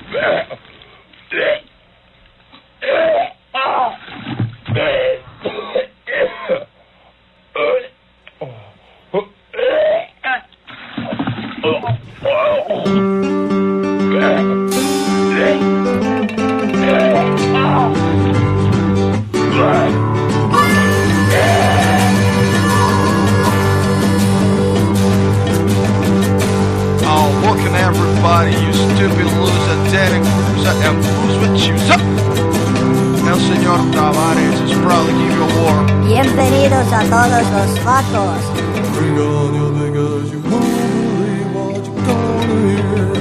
Everybody, you stupid loser, Danny Cruiser, and who's with you? El señor Tavares is proud to give you a war. Bienvenidos a todos los facos. Bring on your niggas, you won't believe what you're gonna hear.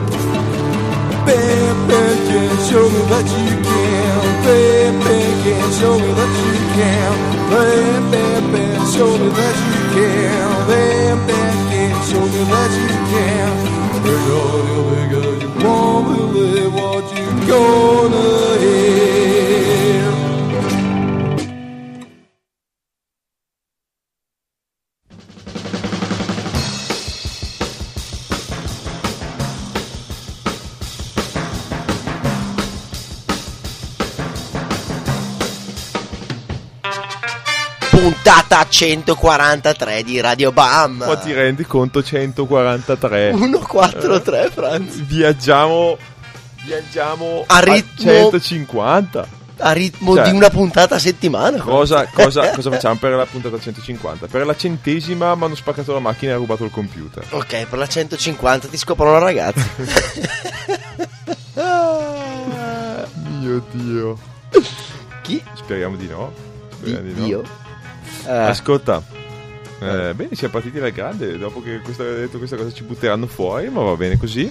Bam, bam, can show me that you can. Bam, bam, can show me that you can. Bam, bam, bam, show me that you can. Bam, bam, can show me that you can. Bring on your niggas, you won't believe what you're gonna hear. Puntata 143 di Radio Bam. Ma ti rendi conto? 143 143 Franz. Viaggiamo a ritmo 150. A ritmo Cioè, di una puntata a settimana. Cosa facciamo per la puntata 150? Per la 100ª mi hanno spaccato la macchina e rubato il computer. Ok, per la 150 ti scoprono la ragazza. Mio Dio. Chi? Speriamo di no. Dio. Ascolta, bene, siamo partiti alla grande. Dopo che detto questa cosa ci butteranno fuori, ma va bene così.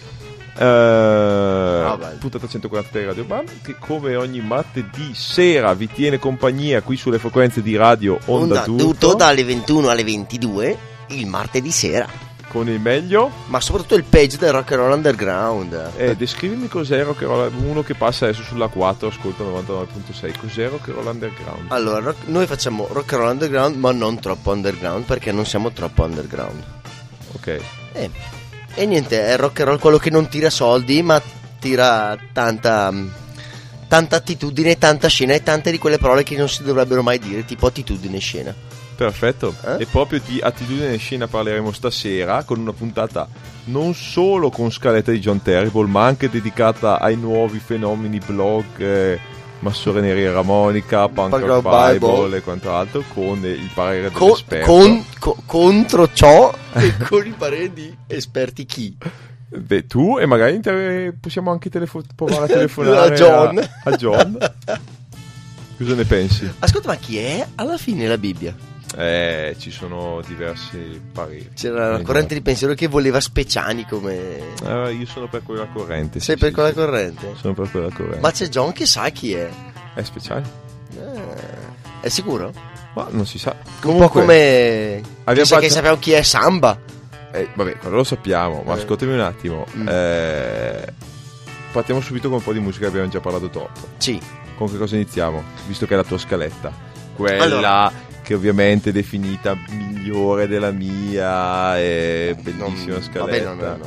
Puntata 143 di Radio Bam, che come ogni martedì sera vi tiene compagnia qui sulle frequenze di Radio Onda D'Urto dalle 21 alle 22 il martedì sera, con il meglio, ma soprattutto il page del Rock and Roll Underground. Descrivimi cos'è Rock and Roll, uno che passa adesso sulla 4 ascolta 99.6. Cos'è Rock and Roll Underground? Allora, noi facciamo Rock and Roll Underground, ma non troppo underground, perché non siamo troppo underground. Ok. E niente, è rock and roll quello che non tira soldi, ma tira tanta attitudine, tanta scena e tante di quelle parole che non si dovrebbero mai dire, tipo attitudine e scena. Perfetto. E proprio di attitudine e scena parleremo stasera, con una puntata non solo con scaletta di John Terrible, ma anche dedicata ai nuovi fenomeni blog, Massore Neri e Ramonica, Punk Rock Bible e quant'altro, con il parere dell'esperto. Contro ciò e con il parere di esperti chi? Beh, tu, e magari possiamo anche provare a telefonare a John. Cosa ne pensi? Ascolta, ma chi è alla fine la Bibbia? Ci sono diversi pareri. C'era la corrente di pensiero che voleva Speciani come... Io sono per quella corrente. Sei per quella corrente? Sono per quella corrente. Ma c'è John che sa chi è? È Speciani. È sicuro? Ma non si sa. Comunque, un po' come... che sappiamo chi è Samba. Vabbè, quello lo sappiamo. Ma ascoltami un attimo. Partiamo subito con un po' di musica. Abbiamo già parlato troppo. Sì. Con che cosa iniziamo? Visto che è la tua scaletta, quella che ovviamente è definita migliore della mia, è bellissima scaletta. Vabbè,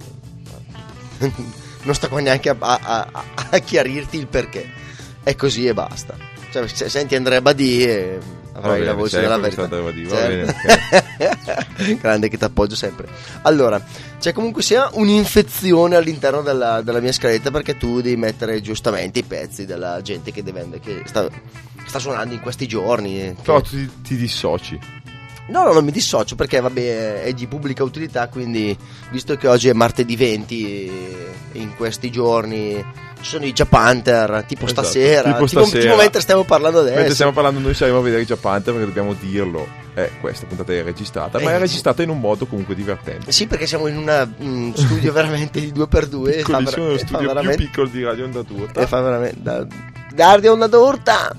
non sto qua neanche a chiarirti il perché. È così e basta. Cioè, se senti Andrea Badì avrai la voce della verità. Va bene, okay. Grande, che ti appoggio sempre. Allora, c'è comunque sia un'infezione all'interno della mia scaletta, perché tu devi mettere giustamente i pezzi della gente che sta suonando in questi giorni. Però tu ti dissoci. No, non mi dissocio, perché vabbè, è di pubblica utilità, quindi visto che oggi è martedì 20, in questi giorni ci sono i Japanther, tipo stasera, tipo mentre stiamo parlando adesso. Mentre stiamo parlando noi saremo a vedere i Japanther, perché dobbiamo dirlo. Questa puntata è registrata, ma è registrata in un modo comunque divertente. Sì, perché siamo in un studio veramente di 2x2. Piccolissimo, uno studio più piccolo di Radio Onda D'Urto. E fa veramente Radio Onda D'Urto.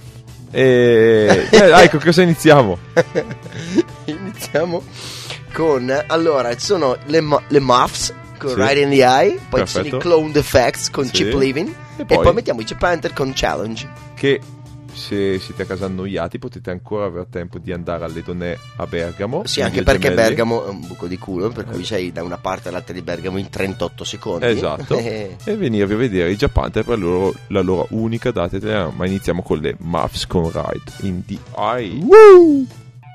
Dai, con cosa iniziamo? Iniziamo con, allora, ci sono le Muffs con Right in the Eye, poi ci sono i Clone Defects con Cheap Living, e poi mettiamo i Japanther con Challenge. Che se siete a casa annoiati potete ancora avere tempo di andare alle Donè a Bergamo. Sì, anche perché Bergamo è un buco di culo, per cui sei da una parte all'altra di Bergamo in 38 secondi. Esatto. E venirvi a vedere i Japanther per la loro unica data italiana. Ma iniziamo con le Muffs con Ride in the Eye. Woo!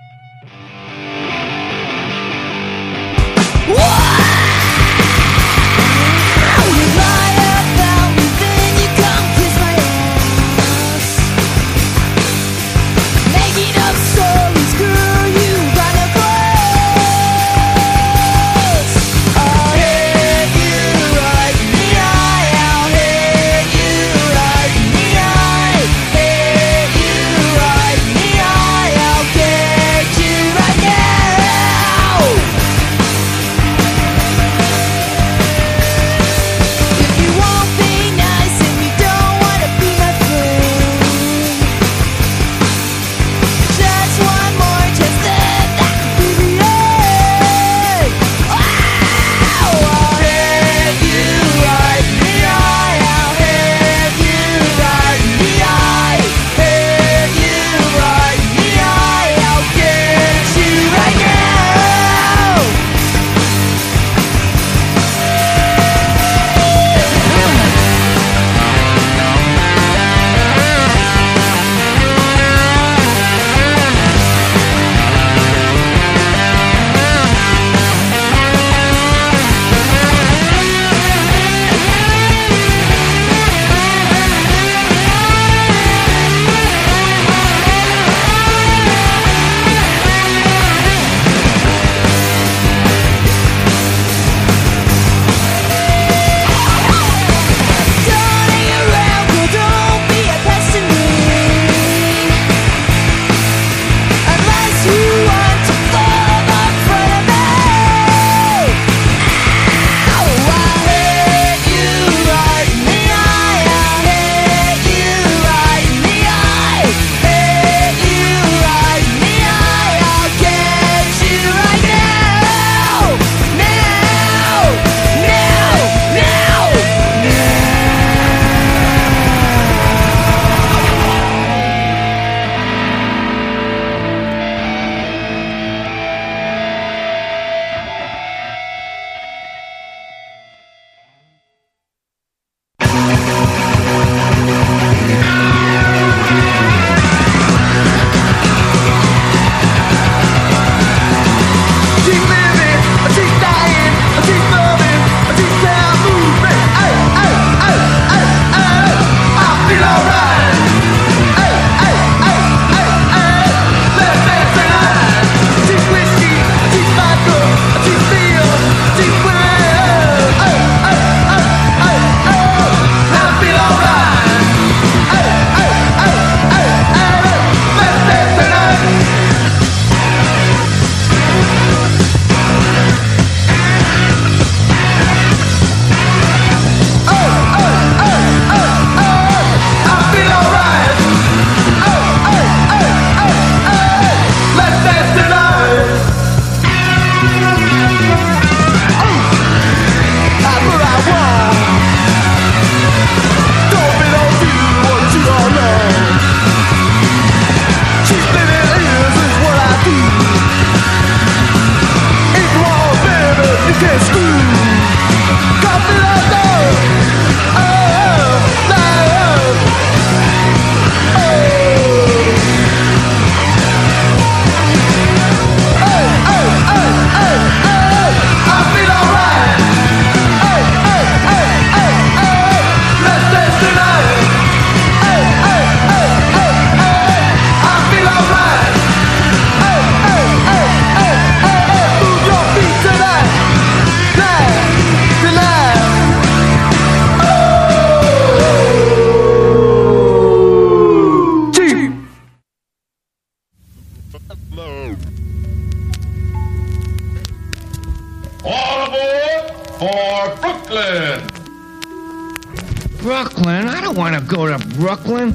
for Brooklyn. Brooklyn? I don't want to go to Brooklyn.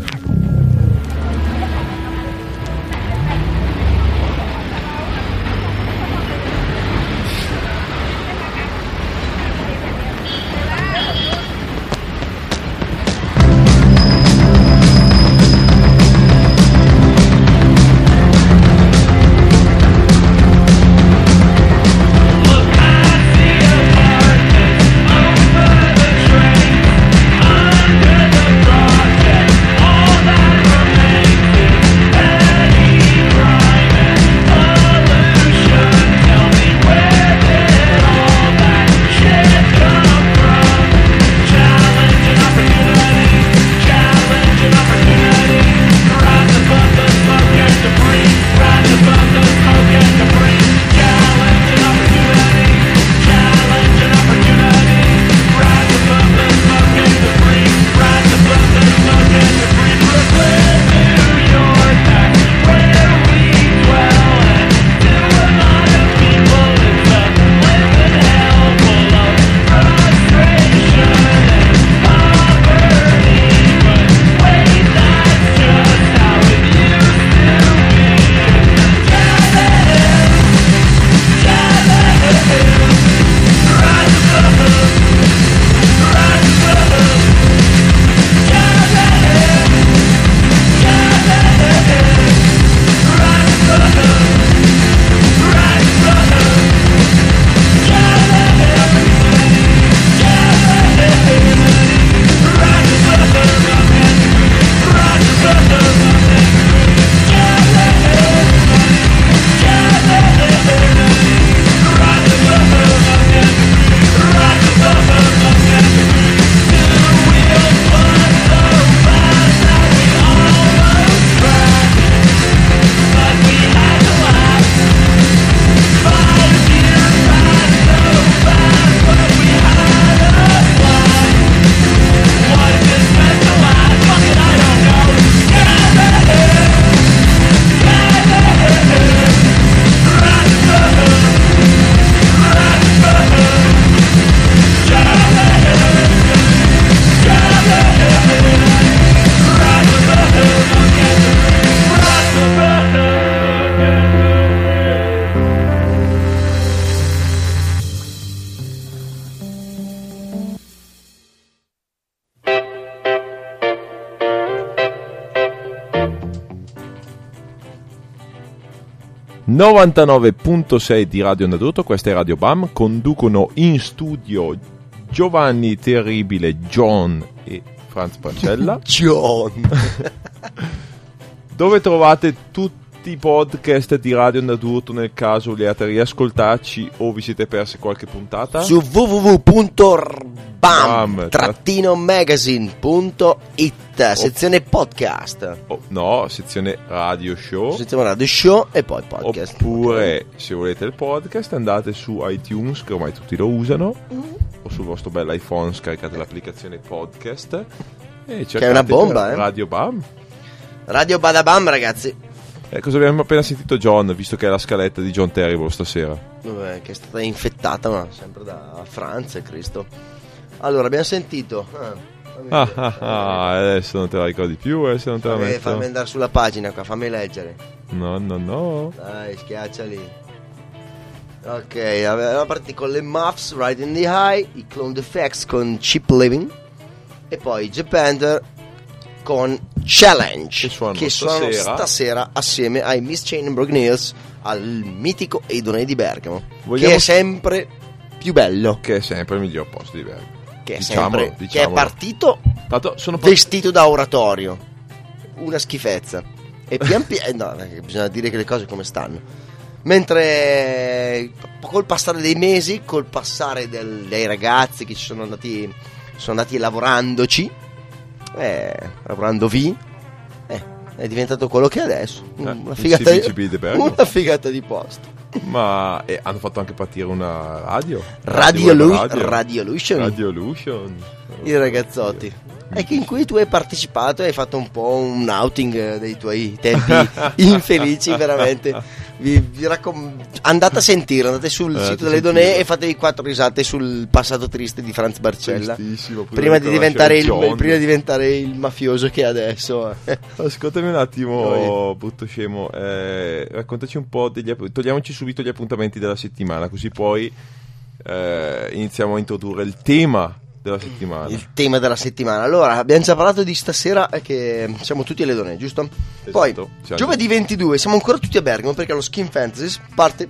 99.6 di Radio Onda d'Urto, questa è Radio BAM, conducono in studio Giovanni Terribile, John e Franz Barcella. John! Dove trovate tutti i podcast di Radio Onda d'Urto nel caso vogliate riascoltarci o vi siete persi qualche puntata? Su www.bam-magazine.it, sezione podcast. No, sezione radio show. Sezione radio show e poi podcast. Oppure, se volete il podcast, andate su iTunes, che ormai tutti lo usano, o sul vostro bel iPhone scaricate l'applicazione podcast e che è una bomba, Radio BAM. Radio Badabam, ragazzi. Cosa abbiamo appena sentito John, visto che è la scaletta di John Terrible stasera. Che è stata infettata, ma sempre da Franz e Cristo. Allora, abbiamo sentito... adesso non te la ricordi più, adesso non te la metto. Fammi andare sulla pagina qua, fammi leggere. No. Dai, schiaccia lì. Ok, avevamo partito con le Muffs, Right in the High, i Clone Defects con Cheap Living e poi Japander con Challenge, che suonano stasera assieme ai Miss Chain and Broken Hills al mitico Eidonei di Bergamo, che è sempre più bello, che è sempre il miglior posto di Bergamo, che è sempre che è partito vestito da oratorio, una schifezza, e pian piano bisogna dire che le cose come stanno, mentre col passare dei mesi, col passare dei ragazzi che ci sono andati lavorandoci, lavorandovi, è diventato quello che è adesso, una figata di posto. Ma hanno fatto anche partire una Radio Lution, i ragazzotti, in cui tu hai partecipato e hai fatto un po' un outing dei tuoi tempi infelici, veramente. Andate a sentire, andate sul sito delle Donè e fatevi 4 risate sul passato triste di Franz Barcella, prima di diventare il mafioso che è adesso. Ascoltami un attimo, brutto scemo, raccontaci un po' togliamoci subito gli appuntamenti della settimana, così poi iniziamo a introdurre il tema della settimana. Il tema della settimana. Allora, abbiamo già parlato di stasera, che siamo tutti alle Donè, giusto? Esatto. Poi, giovedì 22, siamo ancora tutti a Bergamo perché allo Skin Fantasies parte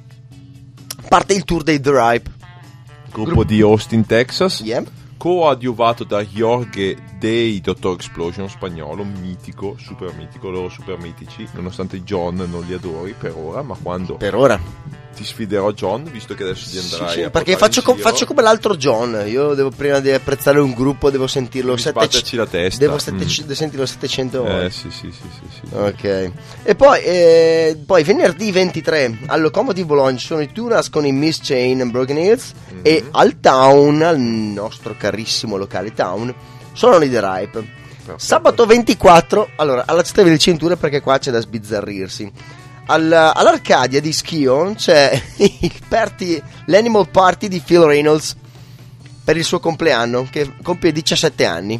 il tour dei The Ripe, gruppo di Austin, Texas, coadiuvato da Jorge dei Dr. Explosion, spagnolo, mitico, super mitico, loro super mitici, nonostante John non li adori per ora, ma quando ti sfiderò John, visto che adesso ti andrai a perché faccio come l'altro John, io devo, prima di apprezzare un gruppo, devo sentirlo la testa. Devo sentirlo 700 volte. Sì. Ok. E poi venerdì 23 al Locomotive Bologna sono i Tunas con i Miss Chain and Broken Hills, e al Town, al nostro carissimo locale Town, sono i The Ripe. Perfetto. Sabato 24, allora allacciatevi le cinture perché qua c'è da sbizzarrirsi. All'Arcadia di Schio c'è l'Animal Party di Phil Reynolds per il suo compleanno, che compie 17 anni.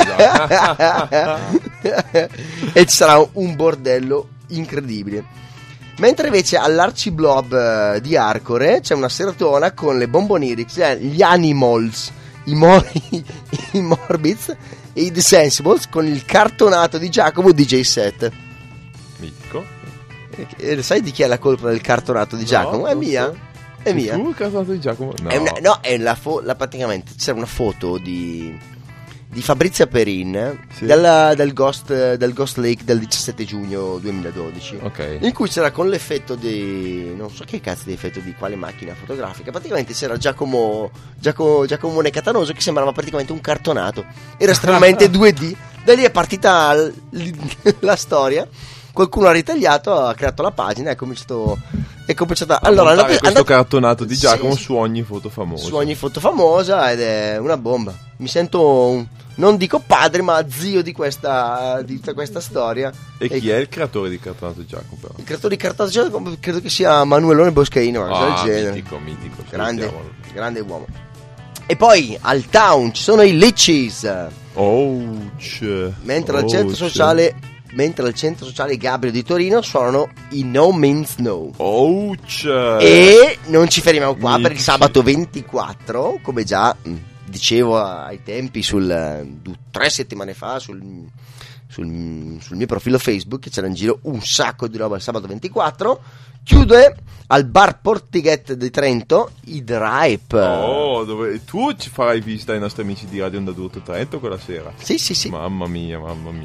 E ci sarà un bordello incredibile. Mentre invece all'Arciblob di Arcore c'è una seratona con le Bombonirics, gli Animals, i Morbids e i The Sensibles, con il cartonato di Giacomo DJ set. Mitico. Sai di chi è la colpa del cartonato di Giacomo? È mia. Tu il cartonato di Giacomo? Praticamente c'era una foto di Fabrizia Perin, sì, del Ghost Lake del 17 giugno 2012, in cui c'era con l'effetto di non so che cazzo di effetto di quale macchina fotografica, praticamente c'era Giacomo Catanoso che sembrava praticamente un cartonato, era estremamente 2D. Da lì è partita la storia. Qualcuno ha ritagliato, ha creato la pagina e è cominciato allora questo cartonato di Giacomo su ogni foto famosa, ed è una bomba. Mi sento non dico padre, ma zio di questa storia. E chi è il creatore di cartonato di Giacomo, però? Il creatore di cartonato di Giacomo credo che sia Manuelone Boscaino, del genere. Mitico, grande uomo. E poi al Town ci sono i Litchis. Mentre al centro sociale Gabriel di Torino suonano i No Means No. E non ci fermiamo qua, per il sabato 24, come già dicevo ai tempi 3 settimane fa sul mio profilo Facebook, che c'era in giro un sacco di roba il sabato 24. Chiude al bar Portighet di Trento i Dripe. Oh, dove tu ci farai visita ai nostri amici di Radio Onda d'Urto Trento quella sera? Sì. Mamma mia.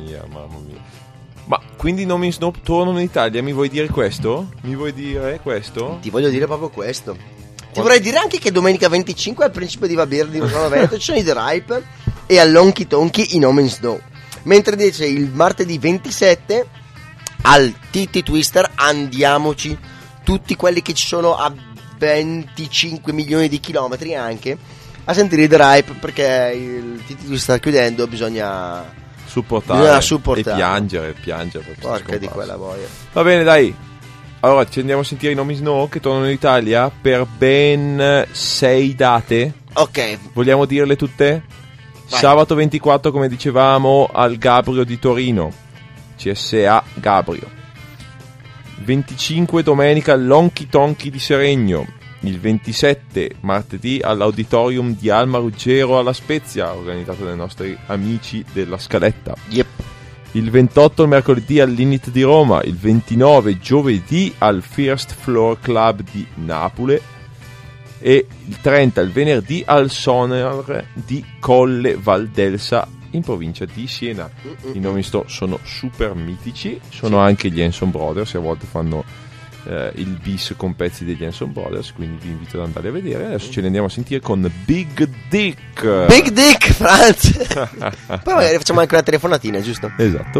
Ma quindi non mi tornano in Italia, mi vuoi dire questo? Ti voglio dire proprio questo. Ti vorrei dire anche che domenica 25 al Principe di Babir di Rosano Veneto ci sono i Dripe e all'Honky Tonky i No Man's Snow. Mentre invece il martedì 27 al Titty Twister andiamoci tutti quelli che ci sono a 25 milioni di chilometri anche a sentire i Dripe, perché il Titty Twister sta chiudendo, bisogna supportare e piangere porca di quella boia. Va bene, dai, allora ci andiamo a sentire i nomi Snow che tornano in Italia per ben 6 date. Ok, vogliamo dirle tutte? Vai. Sabato 24, come dicevamo, al Gabrio di Torino, CSA Gabrio. 25 domenica all'Honky Tonky di Seregno. Il 27 martedì all'Auditorium di Alma Ruggero alla Spezia, organizzato dai nostri amici della Scaletta. Yep. Il 28 mercoledì all'Init di Roma. Il 29 giovedì al First Floor Club di Napoli. E il 30 il venerdì al Sonar di Colle Valdelsa in provincia di Siena. I nomi sono super mitici, sono anche gli Hanson Brothers, e a volte fanno il bis con pezzi degli Hanson Brothers, quindi vi invito ad andare a vedere. Adesso ce ne andiamo a sentire con Big Dick Franz. Poi magari facciamo anche una telefonatina, giusto? Esatto.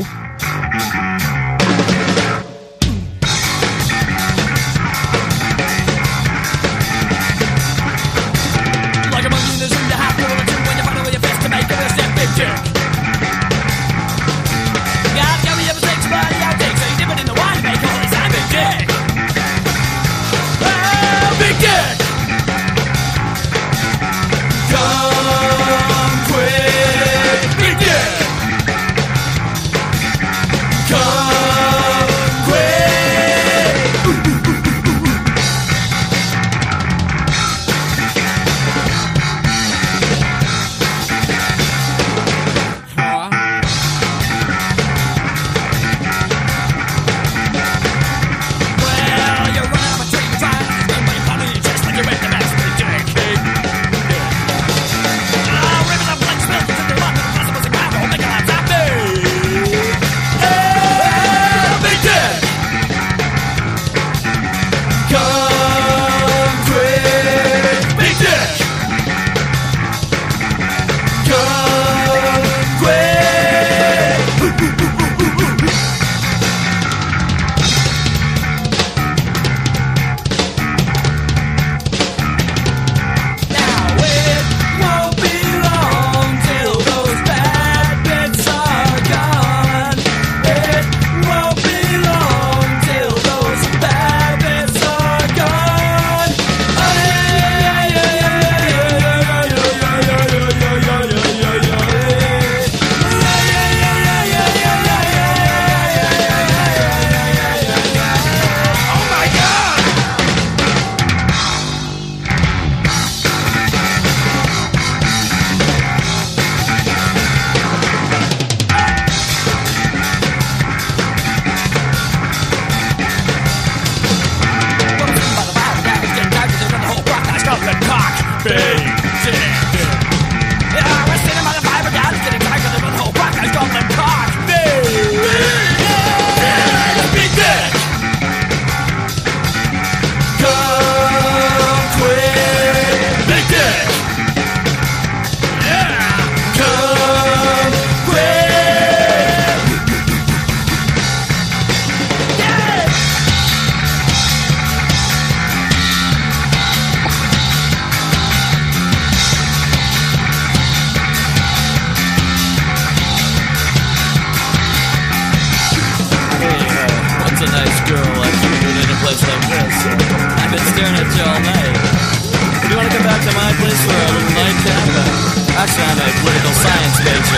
Actually, I'm a political science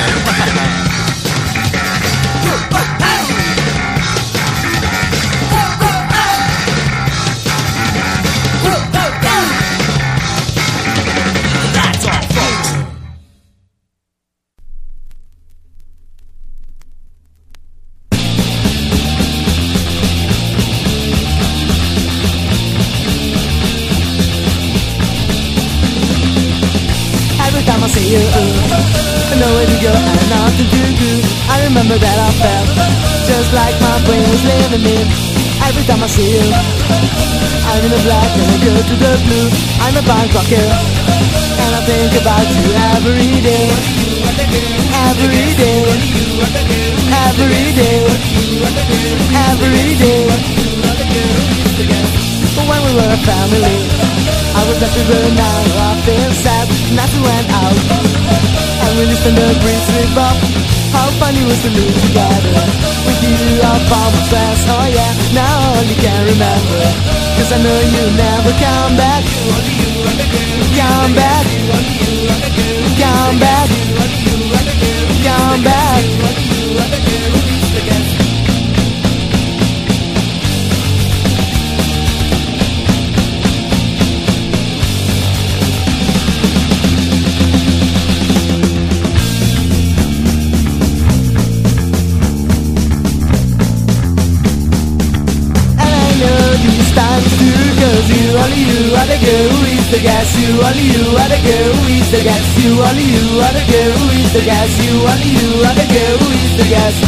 major. Every time I see you, nowhere to go and nothing to do. I remember that I felt just like my brain was leaving me. Every time I see you, I'm in the black and I go to the blue. I'm a punk rocker and I think about you every day. Every day, every day, every day. But when we were a family, I was at the road now, I feel sad. Nights we went out and we listened to the breeze rip up. How fun it was to live together with you up on my dress. Oh yeah, now I only can remember, 'cause I know you never come back. Come back, come back, come back. Only you are the girl who is the gas. You only you are the girl who is the gas. You only you are the girl who is the gas. You only you are the girl who is the gas.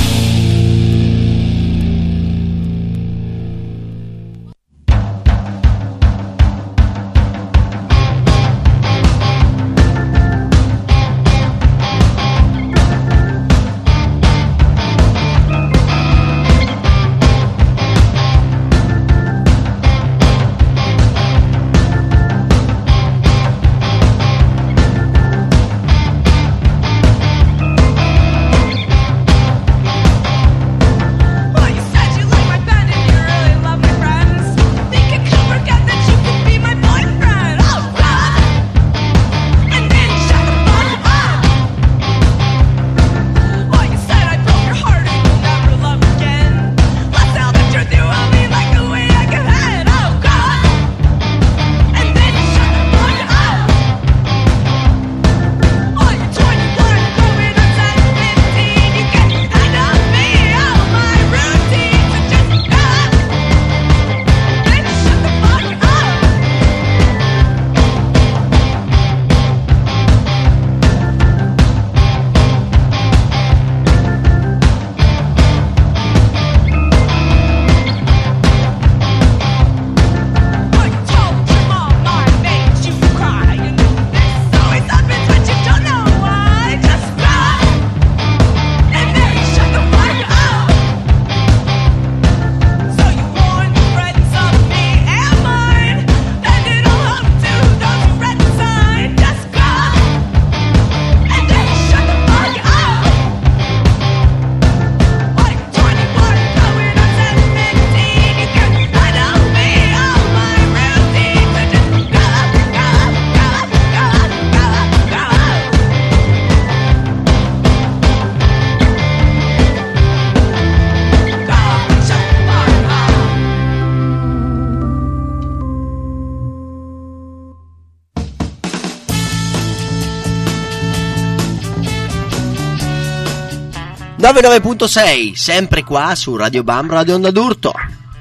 99.6, sempre qua su Radio Bam, Radio Onda d'Urto.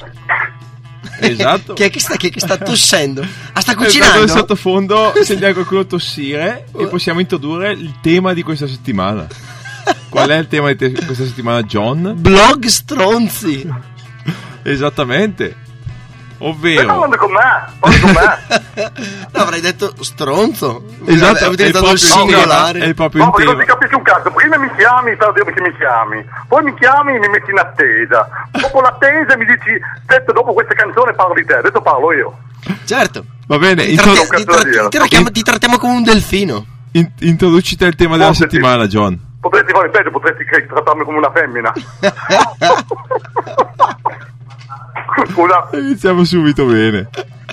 Esatto. Chi è che sta tossendo? Ah, sta cucinando? In sottofondo sentiamo qualcuno tossire e possiamo introdurre il tema di questa settimana. Qual è il tema di questa settimana, John? Blog stronzi. Esattamente. Ovvero parla con me. No, avrei detto stronzo. Esatto, è utilizzato il singolare. È proprio no, non ti capisci un cazzo. Prima mi chiami per dire che mi chiami, poi mi chiami e mi metti in attesa. Dopo l'attesa mi dici aspetta, dopo questa canzone parlo di te. Adesso parlo io. Certo. Va bene, ti trattiamo come un delfino. Introduci te il tema della settimana, John. Potresti fare peggio, potresti trattarmi come una femmina. Scusa. Iniziamo subito bene.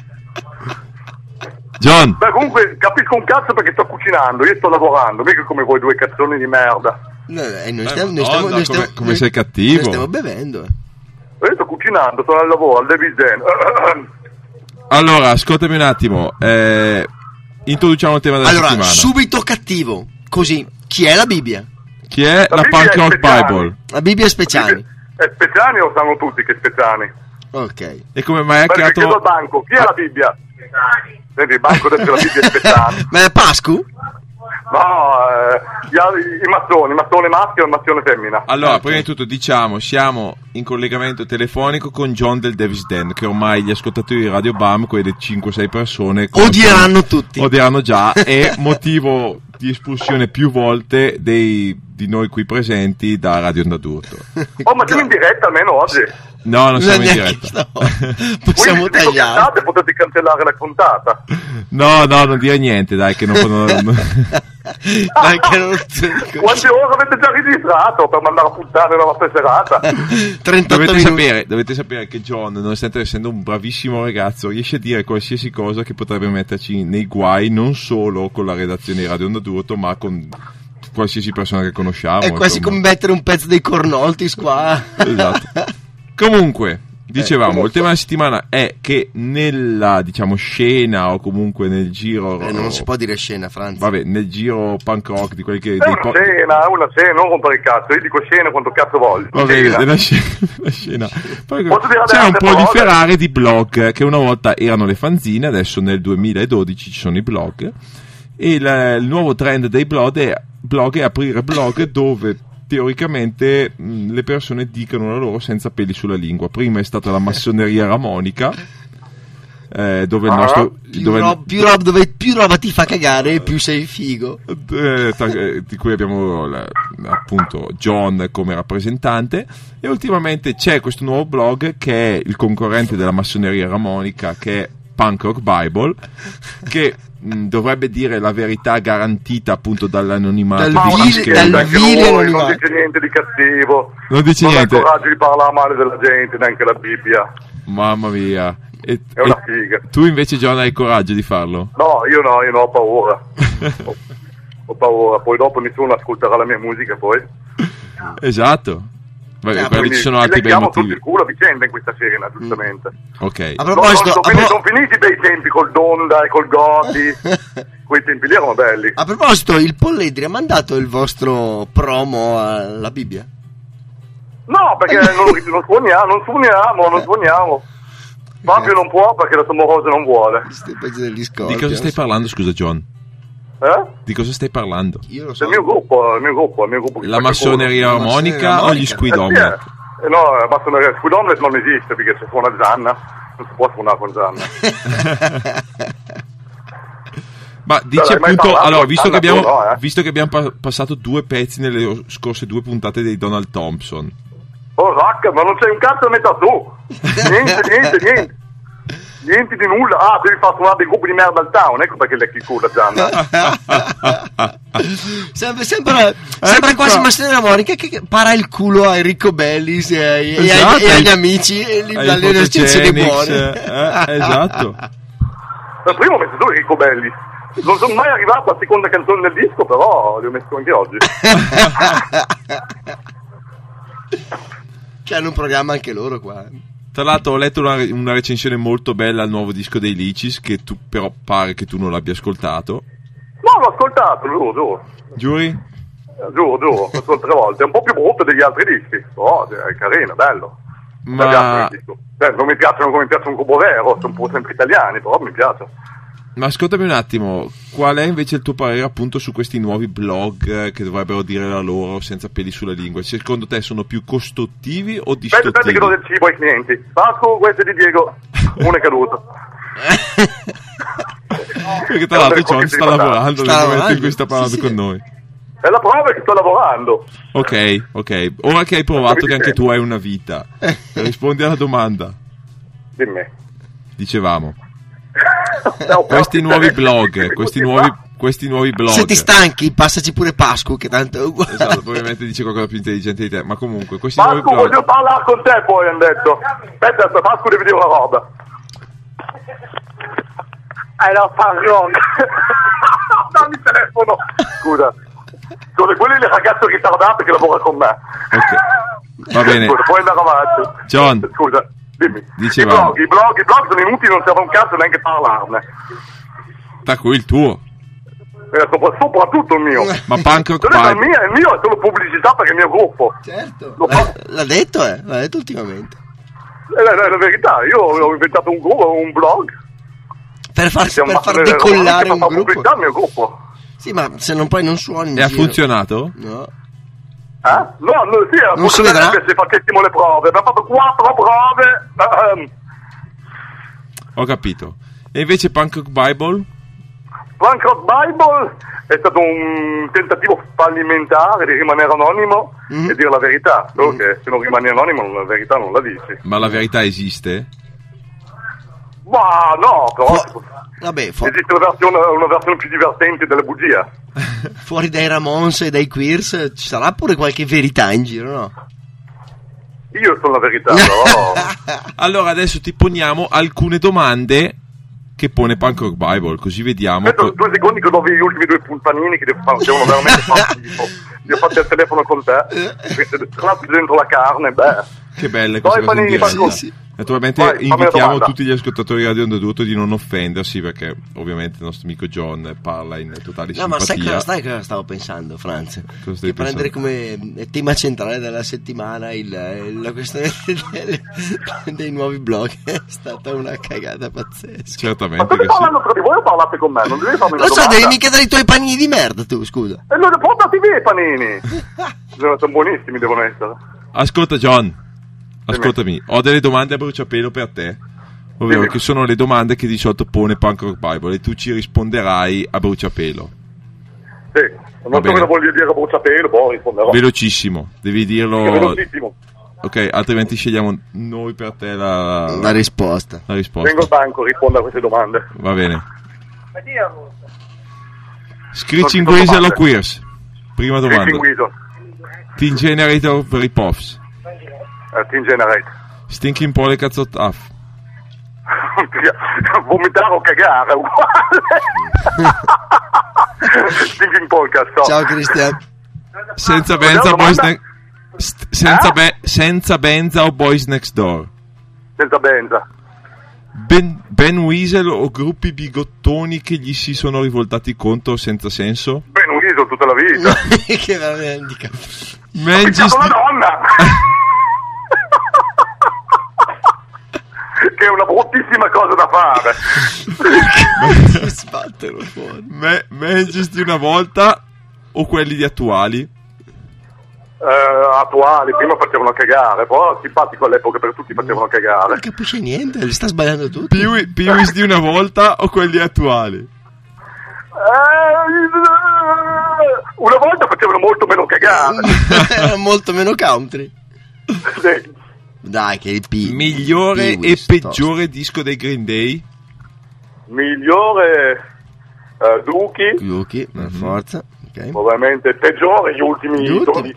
John. Beh, comunque capisco un cazzo perché sto cucinando, io sto lavorando, mica come voi due cazzoni di merda. Noi stiamo come sei cattivo. Noi stiamo bevendo. Io sto cucinando, sono al lavoro, al Devisen. Allora, ascoltami un attimo. Introduciamo il tema della settimana. Allora, subito cattivo. Così, chi è la Bibbia? Chi è la Punk Rock Bible? La Bibbia è Speciani. È Speciani o sanno tutti che è Speciani? Ok. E come mai ha creato... chiedo al banco, chi è la Bibbia? Speciani. Senti, il banco deve la Bibbia è Speciani. Ma è Pascu? i mattone maschio e il mattone femmina. Allora, prima di tutto diciamo, siamo in collegamento telefonico con John del Davis Den, che ormai gli ascoltatori di Radio Bam, quelle 5-6 persone odieranno già, è motivo di espulsione più volte di noi qui presenti da Radio Onda d'Urto. Oh, ma siamo in diretta almeno oggi? No, non siamo in diretta. Possiamo tagliare. Potete cancellare la puntata. No, non dire niente, dai, che non Quante ore avete già registrato per mandare a puntare la vostra serata? 38 dovete sapere che John, nonostante essendo un bravissimo ragazzo, riesce a dire qualsiasi cosa che potrebbe metterci nei guai, non solo con la redazione di Radio Onda d'Urto, ma con qualsiasi persona che conosciamo. È quasi come mettere un pezzo dei Cornoltis qua. Esatto. Comunque, dicevamo, il tema della settimana è che nella, diciamo, scena o comunque nel giro... non si può dire scena, Franz. Vabbè, nel giro punk rock di quelli che... È una scena, non rompere il cazzo. Io dico scena quando cazzo voglio. Va bene, della scena. Poi, c'è un proliferare di blog, che una volta erano le fanzine, adesso nel 2012 ci sono i blog, e il nuovo trend dei blog è aprire blog dove... teoricamente le persone dicono la loro senza peli sulla lingua. Prima è stata la massoneria ramonica, dove il nostro dove più roba ti fa cagare, più sei figo, di cui abbiamo appunto John come rappresentante. E ultimamente c'è questo nuovo blog che è il concorrente della massoneria ramonica, che è Punk Rock Bible, che dovrebbe dire la verità garantita appunto dall'anonimato non dice niente di cattivo, non ha il coraggio di parlare male della gente, neanche la Bibbia. Mamma mia, è una figa. Tu invece, John, hai il coraggio di farlo? No, io ho paura. Ho paura, poi dopo nessuno ascolterà la mia musica poi. Esatto. Ci sono altri bei motivi. Tutti il culo a vicenda in questa scena, giustamente. Ok. A proposito, sono finiti bei tempi col Donda e col Gotti. Quei tempi lì erano belli. A proposito, il Polledri ha mandato il vostro promo alla Bibbia? No, perché non suoniamo. Fabio non può perché la sua morosa non vuole. Di cosa stai parlando, scusa, John? Di cosa stai parlando? Io lo so. Il mio gruppo. La massoneria armonica o gli Squid Omelette? No, la massoneria Squid Omelette non esiste perché se suona Zanna, non si può suonare con Zanna. Ma dice appunto, allora, visto che abbiamo passato 2 pezzi nelle scorse 2 puntate dei Donald Thompson. Oh, racca, ma non c'è un cazzo a metà tu. Niente. Niente di nulla. Devi far suonare dei gruppi di merda al town, ecco perché lecchi il culo, Gianna. Sembra quasi massoneria armonica che para il culo a Enrico Bellis e agli amici e dalle recensioni buone. Esatto. Prima ho messo tu Enrico Bellis. Non sono mai arrivato alla seconda canzone del disco, però li ho messo anche oggi. Che hanno un programma anche loro qua. Tra l'altro ho letto una recensione molto bella al nuovo disco dei Licis, che tu però pare che tu non l'abbia ascoltato. No, l'ho ascoltato, giuro. Giuri? Giuro, l'ho ascoltato 3 volte. È un po' più brutto degli altri dischi. Oh, è carino, bello. Ma... non mi piacciono come mi piacciono un Cubo Vero, sono un po' sempre italiani, però mi piacciono. Ma ascoltami un attimo, qual è invece il tuo parere appunto su questi nuovi blog che dovrebbero dire la loro senza peli sulla lingua? Secondo te sono più costruttivi o distruttivi? Aspetta che do del cibo ai clienti. Pasco, questo è di Diego, uno è caduto. Perché tra l'altro John sta lavorando nel momento in cui sta parlando con noi. È la prova che sto lavorando. Ok. Ora che hai provato che anche tu hai una vita, rispondi alla domanda. Dimmi. Dicevamo. Questi nuovi blog. Se ti stanchi, passaci pure Pascu, che tanto è uguale. Esatto, ovviamente dice qualcosa più intelligente di te, ma comunque questi Pascu, nuovi blog. voglio parlare con te poi, hanno detto. Aspetta, Pascu deve dire una roba. Dammi il telefono. Scusa, quello è il ragazzo ritardato che lavora con me. Ok, va bene. Scusa, puoi andare avanti. John. Scusa. Dimmi. Dicevamo. I blog sono inutili, non serve un cazzo neanche parlarne. Da cui il tuo. Soprattutto il mio. Ma Punk Rock Bible. Il mio è solo pubblicità perché è il mio gruppo. Certo. L'ha detto ultimamente. È la verità, io ho inventato un blog. Per far decollare un gruppo. Pubblicità al mio gruppo. Sì, ma se non poi non suoni. E ha funzionato? No. No, sì, non si vedrà se facessimo le prove. Abbiamo fatto 4 prove. Ho capito. E invece Punk Rock Bible? Punk Rock Bible è stato un tentativo fallimentare di rimanere anonimo e dire la verità. Solo che se non rimani anonimo la verità non la dici. Ma la verità esiste? Ma no, però vabbè, esiste una versione più divertente della bugia. Fuori dai Ramones e dai Queers ci sarà pure qualche verità in giro, no? Io sono la verità, però. Allora adesso ti poniamo alcune domande che pone Punk Rock Bible, così vediamo. Aspetta 2 secondi che do gli ultimi 2 panini che devono veramente fare schifo. Li ho fatti al telefono con te, tra l'altro dentro la carne, Che belle queste cose in diretta. Sì. Naturalmente invitiamo tutti gli ascoltatori di Radio Onda d'Urto di non offendersi, perché ovviamente il nostro amico John parla in totale simpatia. Ma sai cosa stavo pensando, Franz? Di prendere come tema centrale della settimana la questione dei nuovi blog. È stata una cagata pazzesca. Certamente. Ma state parlando tra di voi o parlate con me? Non devi farmi una domanda. Devi mica dare i tuoi panini di merda tu, scusa. E allora portati via i panini. Sono buonissimi, devono essere. Ascolta John, ascoltami, ho delle domande a bruciapelo per te, ovvero che sono le domande che di solito pone Punk Rock Bible e tu ci risponderai a bruciapelo. Sì, non so cosa voglio dire a bruciapelo, poi risponderò. Velocissimo, devi dirlo. Velocissimo. Ok, altrimenti scegliamo noi per te la risposta. Vengo al banco, rispondo a queste domande. Va bene. Screeching Weasel o Queers? Prima domanda. Teen Generator of Rip-Offs. Teen Generate. Stinking Polecats of Tough. Vomitare o cagare, uguale. Stinking Polecats. Ciao Cristian. Senza Benza o Boys Next Door? Senza Benza. Ben Weasel o gruppi bigottoni che gli si sono rivoltati contro senza senso? Ben Weasel tutta la vita. Che veramente. Manchester una donna. Che è una bruttissima cosa da fare. Sbatterlo fuori. Manchester una volta o quelli di attuali? Attuali, prima facevano cagare, poi simpatico all'epoca per tutti facevano cagare. Non capisce niente, li sta sbagliando tutti. Piwis di una volta o quelli attuali? Una volta facevano molto meno cagare. Era molto meno country. Sì. Dai, che migliore e peggiore disco dei Green Day? Migliore Dookie, per forza. Okay. Ovviamente peggiore gli ultimi 12.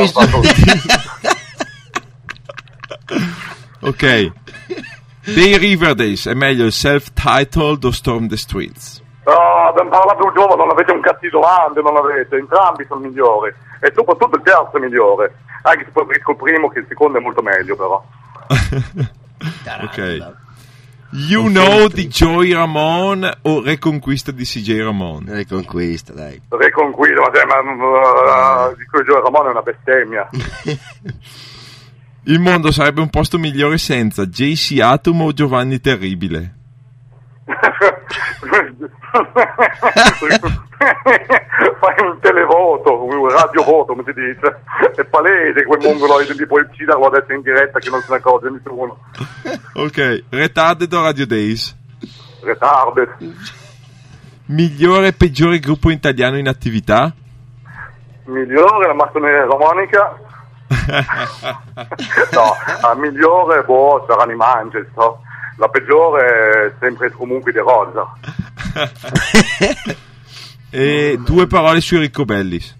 Ok. Dei Riverdales è meglio il self-titled o Storm the Streets? Abbiamo parlato l'ultima volta, non avete un cazzo di domande, non avete, entrambi sono migliori e soprattutto il terzo è migliore, anche se preferisco il primo, che il secondo è molto meglio però. Ok. You Know di Joey Ramone o Reconquista di CJ Ramone? Reconquista, dai. Reconquista, ma di cui Joey Ramone è una bestemmia. Il mondo sarebbe un posto migliore senza JC Atom o Giovanni Terribile? Fai un televoto, un radiovoto, come si dice. È palese quel mongoloide di puoi ucciderlo adesso in diretta che non se ne accorge nessuno. Ok, Retarded o Radio Days? Retarded. Migliore e peggiore gruppo italiano in attività? Migliore la massoneria romanica. No, la migliore saranno i Manchester. La peggiore è sempre comunque di Rosa. E 2 parole su Enrico Bellis.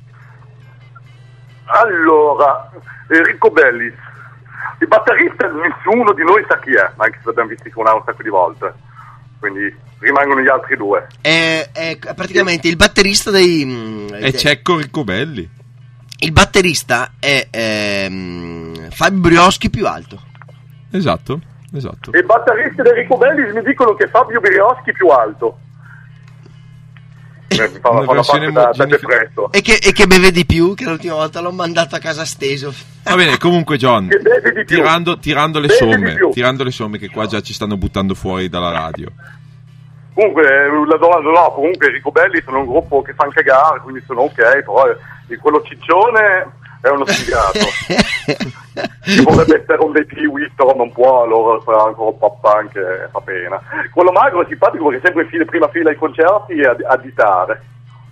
Allora, Enrico Bellis, il batterista nessuno di noi sa chi è, anche se l'abbiamo visto suonare un sacco di volte, quindi rimangono gli altri 2. È praticamente il batterista dei... È Cecco Riccobelli. Il batterista è Fabio Brioschi più alto. Esatto. E i batteristi di Enrico Bellis mi dicono che Fabio Brioschi più alto. Mi fa una parte da depresso. E che beve di più, che l'ultima volta l'ho mandato a casa steso. Va bene, comunque John, tirando le somme che qua già ci stanno buttando fuori dalla radio. Comunque, la domanda no, comunque i Ricobelli sono un gruppo che fanno cagare, quindi sono ok, però quello ciccione è uno sfigato. Che vorrebbe essere un dei Pee-wee, però non può, allora sarà ancora un po' punk, fa pena. Quello magro è simpatico perché è sempre in prima fila ai concerti e a ditare.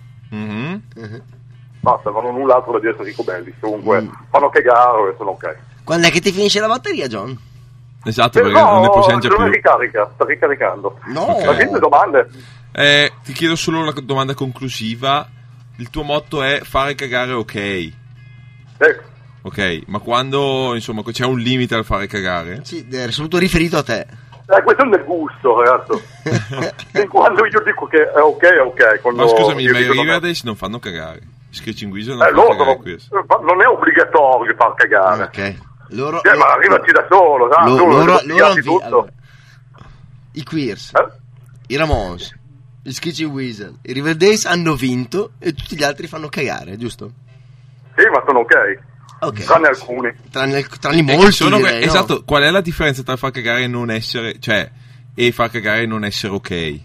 Basta, non ho null'altro da dire su Ricobelli, comunque fanno cagare e sono ok. Quando è che ti finisce la batteria, John? Esatto, perché non ne possiamo già più. Non ricarica, sta ricaricando. No. Ma che domande? Ti chiedo solo una domanda conclusiva. Il tuo motto è fare cagare ok. Ok, ma quando, insomma, c'è un limite al fare cagare? Sì, è soprattutto riferito a te. Questo è del gusto, ragazzo. E quando io dico che è ok. Ma scusami, ma i Riverdale non fanno cagare. Screeching Weasel non fanno cagare questo. Non è obbligatorio far cagare. Ok. Loro, ma arrivaci da solo, loro tutto. Allora, i Queers, i Ramones, gli Screeching Weasel, i Riverdale hanno vinto e tutti gli altri fanno cagare, giusto? Sì, ma sono ok. Tranne alcuni. Tranne molti, direi, no? Esatto, qual è la differenza tra far cagare e non essere, e far cagare e non essere ok?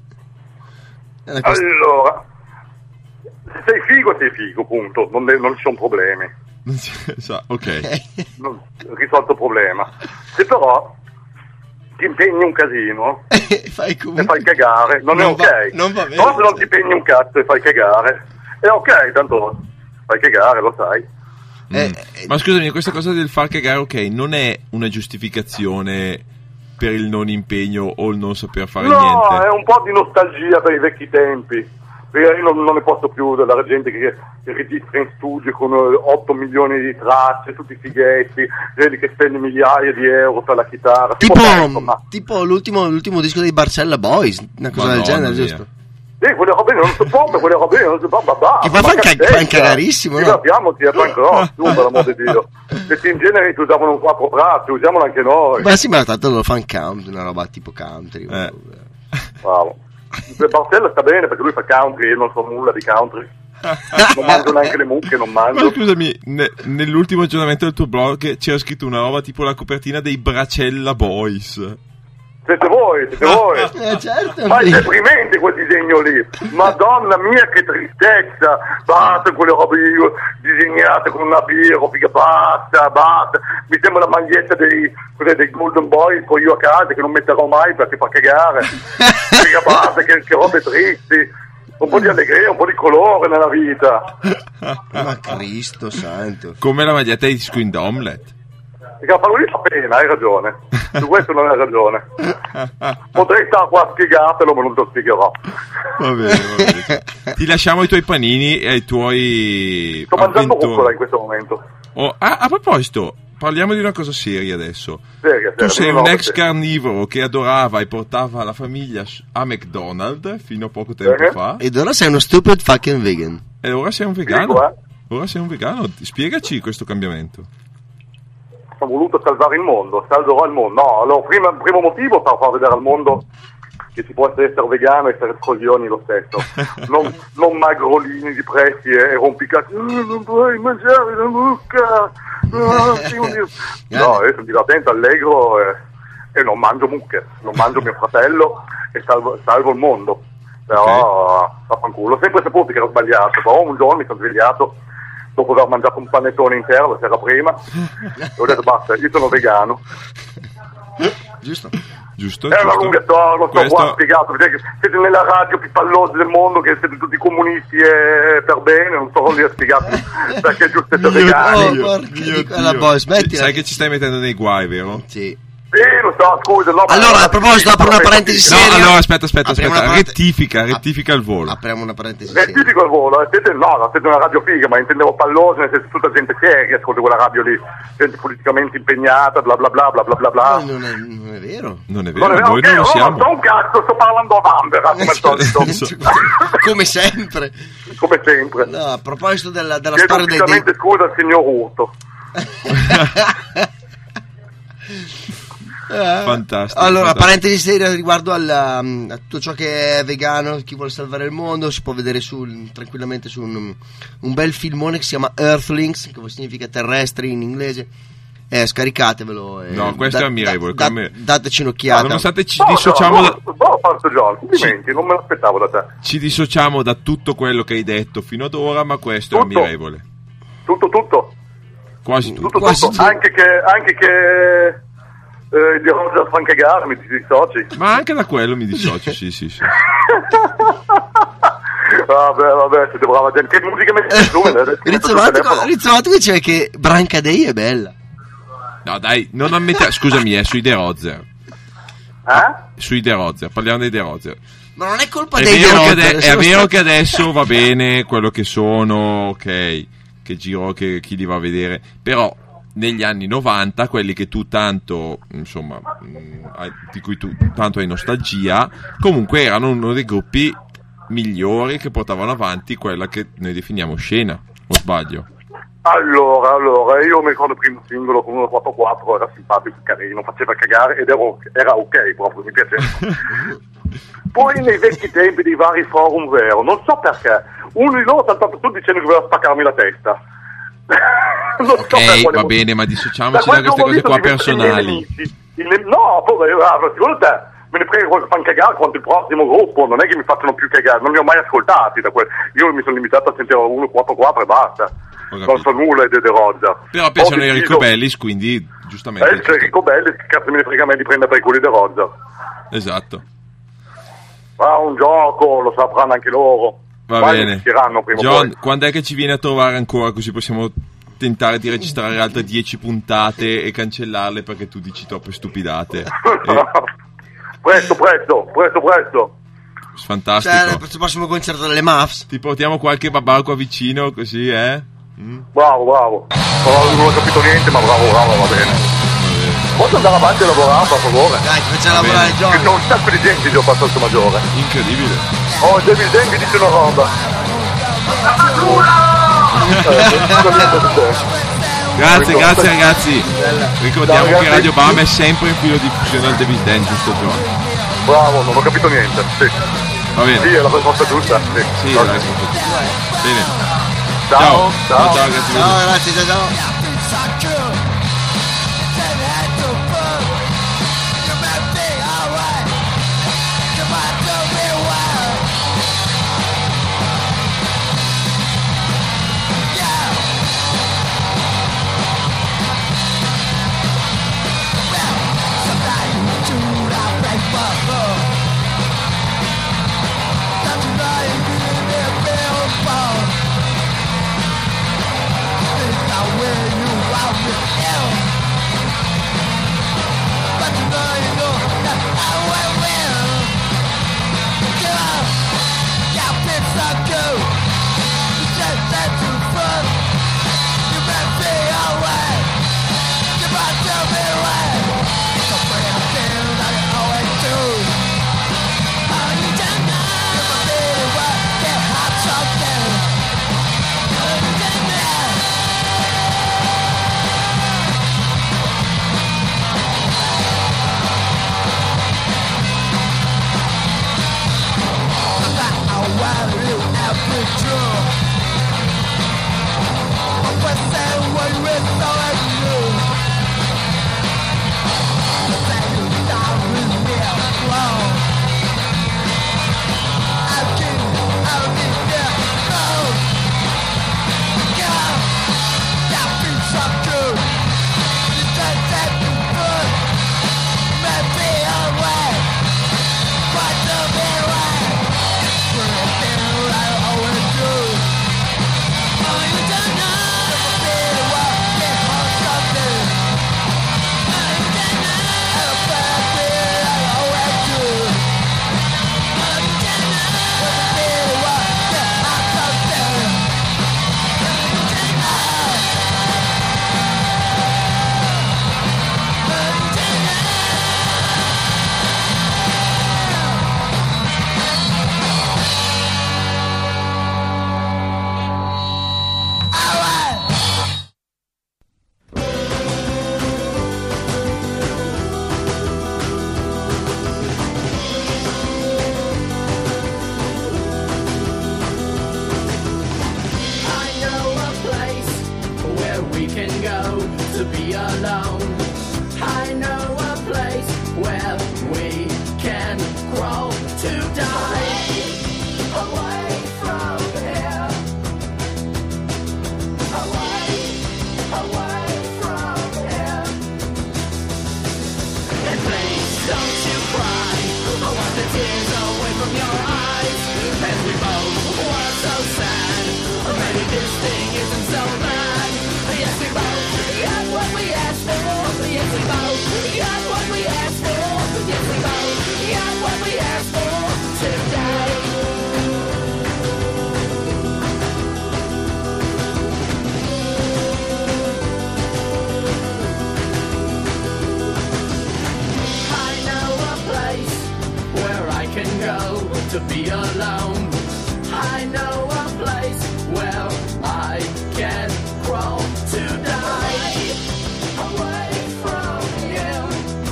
Allora, se sei figo, punto, non ci sono problemi. Ok. Non risolto il problema. Se però ti impegni un casino e fai cagare, non è ok. Non va bene. Però se non ti impegni un cazzo e fai cagare, è ok, tanto fai cagare, lo sai. Ma scusami, questa cosa del far cagare ok non è una giustificazione per il non impegno o il non saper fare niente? No, è un po' di nostalgia per i vecchi tempi. Perché io non ne posso più della gente che registra in studio con 8 milioni di tracce, tutti fighetti, gente che spende migliaia di euro per la chitarra. Tipo l'ultimo disco dei Barcella Boys, una cosa del genere, giusto? Quelle robe non si può, che fa cagarissimo, no? Divertiamoci a punk rock, tu, per l'amor di Dio. Se in genere ti usavano un 4 bracci, usiamolo anche noi. Ma sì, ma tanto lo fan country, una roba tipo country. Bravo. Barcella sta bene perché lui fa country e non so nulla di country. Non mangio neanche le mucche, non mangio. Ma scusami, nell'ultimo aggiornamento del tuo blog c'era scritto una roba tipo la copertina dei Bracella Boys. Siete voi. Certo, ma è deprimente quel disegno lì. Madonna mia, che tristezza. Basta quelle robe disegnate con una birra, basta. Mi sembra la maglietta dei Golden Boys con io a casa che non metterò mai perché fa cagare. Basta, che robe tristi. Un po' di allegria, un po' di colore nella vita. Ma Cristo santo. Come la maglietta di Squid Omelette. Perché la parola lì fa pena, hai ragione. Su questo non hai ragione. Potrei stare qua a spiegartelo, ma non te lo spiegherò. Va bene. Ti lasciamo i tuoi panini e ai tuoi. Sto mangiando rucola in questo momento. A proposito, parliamo di una cosa seria adesso. Seria, tu sei un ex carnivoro che adorava e portava la famiglia a McDonald's fino a poco tempo fa. Ed ora sei uno stupid fucking vegan. E ora sei un vegano? Ora sei un vegano? Spiegaci questo cambiamento. Ho voluto salvare il mondo, salverò il mondo. No, allora, primo motivo per far vedere al mondo che si può essere vegano e essere coglioni lo stesso. Non magrolini depressi e rompicazzi. Non puoi mangiare la mucca. No, io sono divertente, allegro e non mangio mucche. Non mangio mio fratello e salvo il mondo. Però, vaffanculo. Ho sempre saputo che ero sbagliato, però un giorno mi sono svegliato dopo aver mangiato un panettone intero la sera prima e ho detto basta, io sono vegano. Giusto. È una lunga storia, lo so, qua spiegato, siete nella radio più pallosa del mondo, che siete tutti comunisti e per bene, non so lì a spiegarvi perché è giusto essere vegani. Sai che ci stai mettendo nei guai, vero? Sì. Sì, lo so, scusa. No, allora, a proposito, apro una parentesi seria. No, allora, aspetta. Rettifica il volo. Apriamo una parentesi rettifico il volo. Siete una radio figa, ma intendevo pallosa, nel senso tutta gente seria, ascolta quella radio lì, gente politicamente impegnata, bla bla bla bla bla bla. Non è vero. Non è vero, noi non lo siamo. Non so un cazzo, sto parlando a Bambera, come al solito. Come sempre. No, a proposito della storia dei... scusa al signor Urto. Fantastico. Allora, parentesi seria riguardo a tutto ciò che è vegano, chi vuole salvare il mondo, si può vedere tranquillamente su un bel filmone che si chiama Earthlings, che significa terrestri in inglese, Scaricatevelo. No, questo è ammirevole. Dateci un'occhiata. Nonostante ci dissociamo complimenti, non me l'aspettavo da te. Ci dissociamo da tutto quello che hai detto fino ad ora, ma questo è ammirevole. Tutto. Quasi tutto. Anche che di Roger fa cagare, mi dissoci. Ma anche da quello mi dissocio, sì. Vabbè, siete brava gente. Che musica metti su? Rizzovato diceva che Brancadei è bella. No dai, non ammettiamo. Scusami, è sui The Rozer. Sui The Rozer, parliamo dei The Rozer. Ma non è colpa dei The Rozer. È vero che adesso va bene quello che sono, ok, che giro, che chi li va a vedere, però negli anni 90, quelli che tu tanto, insomma, di cui tu tanto hai nostalgia, comunque erano uno dei gruppi migliori che portavano avanti quella che noi definiamo scena, o sbaglio? Allora, io mi ricordo il primo singolo con 144, era simpatico, carino, faceva cagare ed era ok proprio, mi piaceva. Poi nei vecchi tempi dei vari forum vero, non so perché, uno di loro ha saltato su dicendo che voleva spaccarmi la testa. Ok, va bene, ma dissociamoci da queste cose qua personali. No, secondo te me ne prego che fanno cagare quanto il prossimo gruppo, non è che mi facciano più cagare, non li ho mai ascoltati da io mi sono limitato a sentire 144 e basta, non so nulla di The Roger. Però piacciono i Rico Bellis, quindi giustamente c'è Rico Bellis, che cazzo me ne frega a me di prendere per i culi The Roger. Esatto, ma un gioco, lo sapranno anche loro. Va bene. John, quando è che ci viene a trovare ancora, così possiamo tentare di registrare altre 10 puntate e cancellarle perché tu dici troppe stupidate? Presto. Fantastico. Cioè, il prossimo concerto delle Muffs. Ti portiamo qualche babà qua vicino, così, Bravo. Non ho capito niente, ma bravo, va bene. Posso andare avanti a lavorare, per favore? Dai, ti facciamo lavorare, John. Ci sono un sacco di gente che ho fatto il maggiore. Incredibile. Oh, David Denby dice una roba. Grazie ragazzi. Ricordiamo che Radio Bam è sempre in filo di diffusione al David Den, giusto John? Bravo, non ho capito niente. Sì. Va bene. Sì, è la risposta giusta. Sì, la risposta giusta. Bene. Ciao, grazie. Ciao, grazie, ciao. Where you are. can go to be alone. I know a place where we can crawl to die. Away from here. Away from here. And please don't you cry. I want the tears away from your eyes. And we both were so sad. Maybe this thing isn't so bad. Yes, we both got what we asked for. Yes, we both got what we asked for. Yes, we both got what we asked for today. I know a place where I can go to be alone. I know a place where I can crawl to die. Away from you.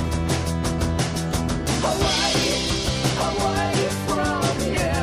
Away from you.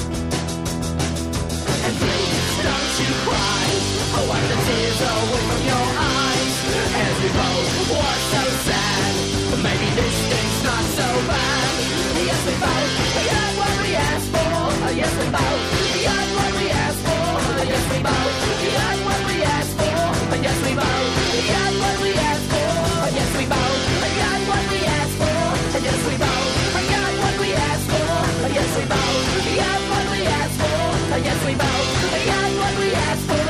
And please don't you cry. I wipe the tears away from your eyes. As we both were so sad. Maybe this thing's not so bad. Yes, we both got what we asked for. Yes, we both got what we asked for. Yes, we both got what we asked for. Yes, we both got what we asked for. Yes, we both got what we asked for. Yes, we both got what we asked for. Yes, we both got what we asked for. Yes, we both got what we asked for.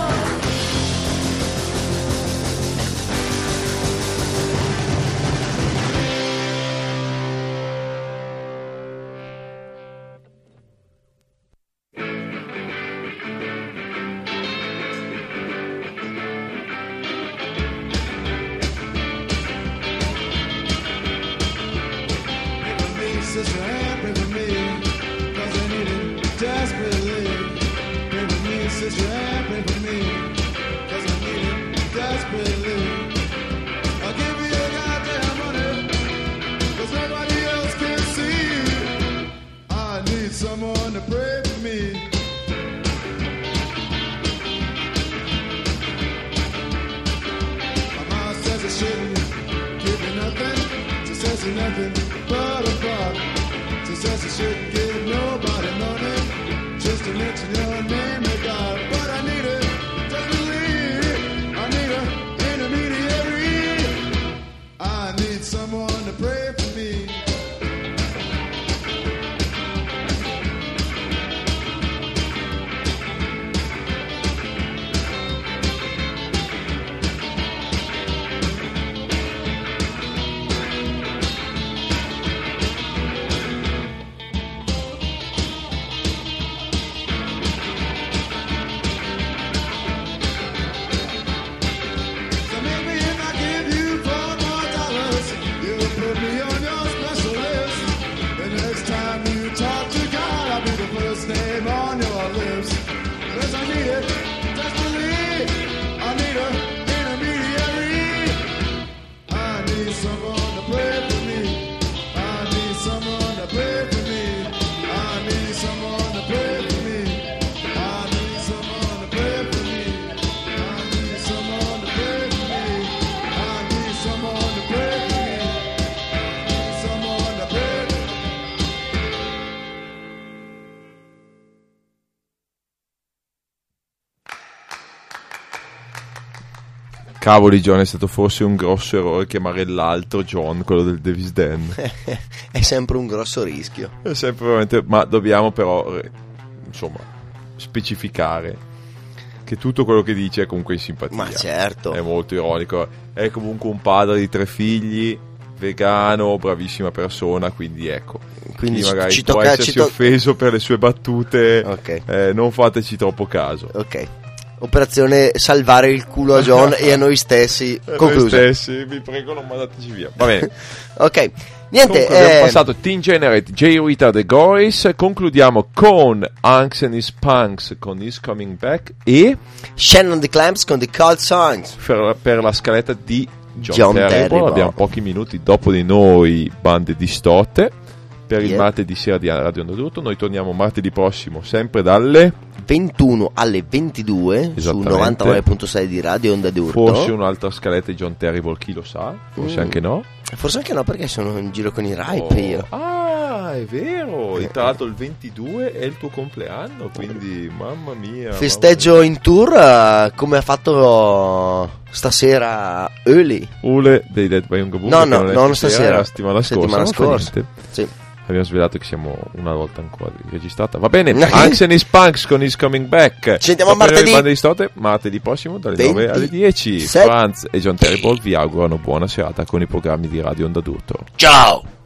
Sister, pray for me, 'cause I need it desperately. Pray for me, sister, pray for me, 'cause I need it desperately. I'll give you your goddamn money, 'cause nobody else can see. I need someone to pray for me. My mom says I shouldn't give you nothing. She says it's nothing but a fuck. She says I shouldn't give nobody money, just to mention your name to God. But I need it, just believe. I need an intermediary. I need someone to pray for me. Cavoli, John, è stato forse un grosso errore chiamare l'altro John, quello del Davis Den. È sempre un grosso rischio. È sempre veramente, ma dobbiamo però, insomma, specificare che tutto quello che dice è comunque in simpatia. Ma certo. È molto ironico. È comunque un padre di 3 figli, vegano, bravissima persona, quindi ecco. Quindi magari può essersi offeso per le sue battute. Okay. Non fateci troppo caso. Ok. Operazione salvare il culo a John e a noi stessi. Conclusa. Noi stessi, vi prego, non mandateci via. Va bene. Ok. Niente. Abbiamo passato Teen Generate, Jay Rita The Goris. Concludiamo con Anx and His Punks con Is Coming Back e Shannon the Clamps con The Cold Songs per la scaletta di John Terrible. Abbiamo pochi minuti dopo di noi, bande distotte, per il martedì sera di Radio Onda d'Urto. Noi torniamo martedì prossimo sempre dalle 21 alle 22 su 99.6 di Radio Onda d'Urto. Forse un'altra scaletta di John Terrible, chi lo sa, forse anche no. Forse anche no, perché sono in giro con i Ripe io. Ah, è vero. E tra l'altro il 22 è il tuo compleanno, quindi mamma mia. Festeggio in tour come ha fatto stasera Ule dei Dead by Young Boom. No, non stasera, la settimana scorsa. Sì. Abbiamo svelato che siamo una volta ancora registrata. Va bene, Punks and His Punks con Is Coming Back. Ci sentiamo martedì prossimo dalle 9 alle 10. Franz e John Terrible vi augurano buona serata con i programmi di Radio Onda d'Urto. Ciao!